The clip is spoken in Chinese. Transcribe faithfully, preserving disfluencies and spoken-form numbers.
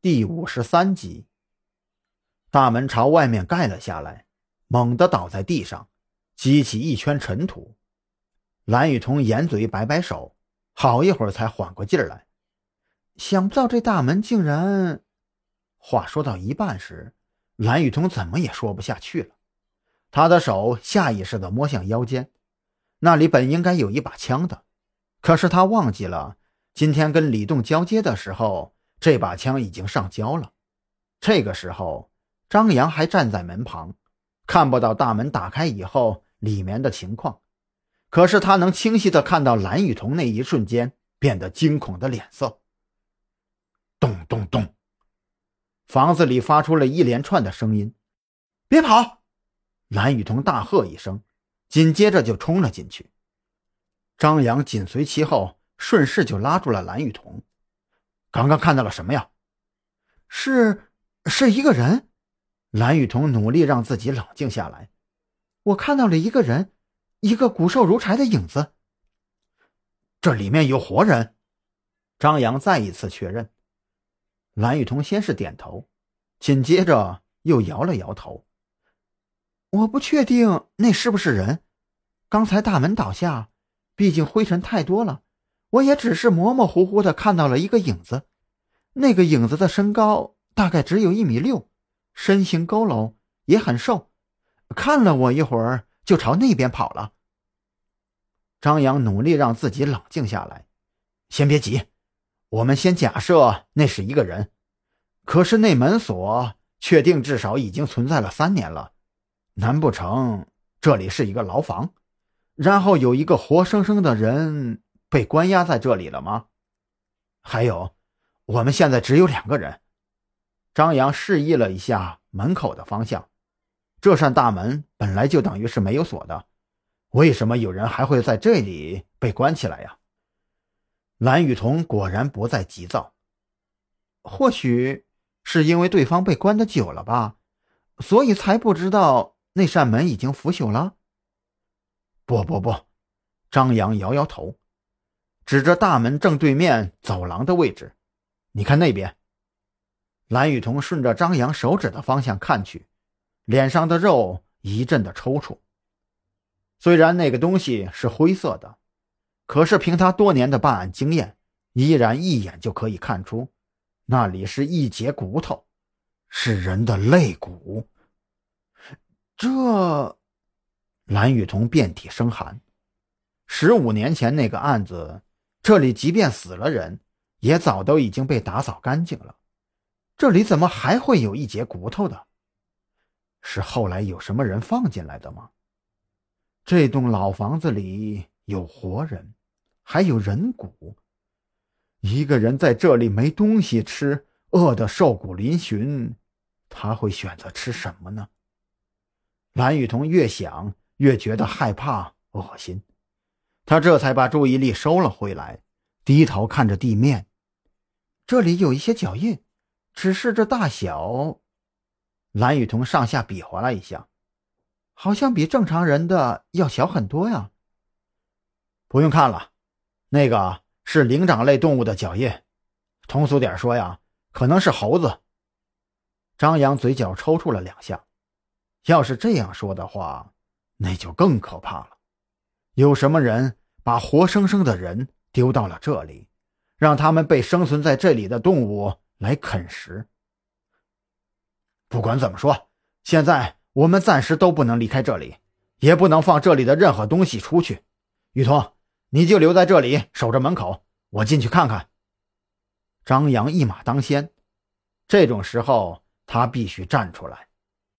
第五十三集。大门朝外面盖了下来，猛地倒在地上，激起一圈尘土。蓝雨桐掩嘴摆摆手，好一会儿才缓过劲儿来。想不到这大门竟然……话说到一半时，蓝雨桐怎么也说不下去了。他的手下意识地摸向腰间，那里本应该有一把枪的，可是他忘记了今天跟李栋交接的时候，这把枪已经上交了。这个时候张扬还站在门旁，看不到大门打开以后里面的情况，可是他能清晰地看到蓝雨桐那一瞬间变得惊恐的脸色。咚咚咚，房子里发出了一连串的声音。别跑！蓝雨桐大喝一声，紧接着就冲了进去。张扬紧随其后，顺势就拉住了蓝雨桐。刚刚看到了什么呀？是是一个人。蓝雨桐努力让自己冷静下来。我看到了一个人，一个骨瘦如柴的影子。这里面有活人。张扬再一次确认。蓝雨桐先是点头，紧接着又摇了摇头。我不确定那是不是人，刚才大门倒下，毕竟灰尘太多了，我也只是模模糊糊的看到了一个影子。那个影子的身高大概只有一米六，身形佝偻，也很瘦，看了我一会儿就朝那边跑了。张扬努力让自己冷静下来。先别急，我们先假设那是一个人，可是那门锁确定至少已经存在了三年了，难不成这里是一个牢房，然后有一个活生生的人被关押在这里了吗？还有，我们现在只有两个人。张扬示意了一下门口的方向，这扇大门本来就等于是没有锁的，为什么有人还会在这里被关起来呀？蓝雨桐果然不再急躁。或许是因为对方被关得久了吧，所以才不知道那扇门已经腐朽了。不不不，张扬摇摇头，指着大门正对面走廊的位置。你看那边。蓝雨桐顺着张扬手指的方向看去，脸上的肉一阵的抽搐。虽然那个东西是灰色的，可是凭他多年的办案经验，依然一眼就可以看出，那里是一截骨头，是人的肋骨。这……蓝雨桐遍体生寒。十五年前那个案子，这里即便死了人，也早都已经被打扫干净了，这里怎么还会有一截骨头的？是后来有什么人放进来的吗？这栋老房子里有活人，还有人骨。一个人在这里没东西吃，饿得瘦骨嶙峋，他会选择吃什么呢？蓝雨桐越想越觉得害怕恶心，他这才把注意力收了回来，低头看着地面。这里有一些脚印，只是这大小……蓝雨桐上下比划了一下，好像比正常人的要小很多呀。不用看了，那个是灵长类动物的脚印，通俗点说呀，可能是猴子。张扬嘴角抽搐了两下。要是这样说的话，那就更可怕了。有什么人把活生生的人丢到了这里，让他们被生存在这里的动物来啃食？不管怎么说，现在我们暂时都不能离开这里，也不能放这里的任何东西出去。雨桐，你就留在这里守着门口，我进去看看。张扬一马当先，这种时候他必须站出来。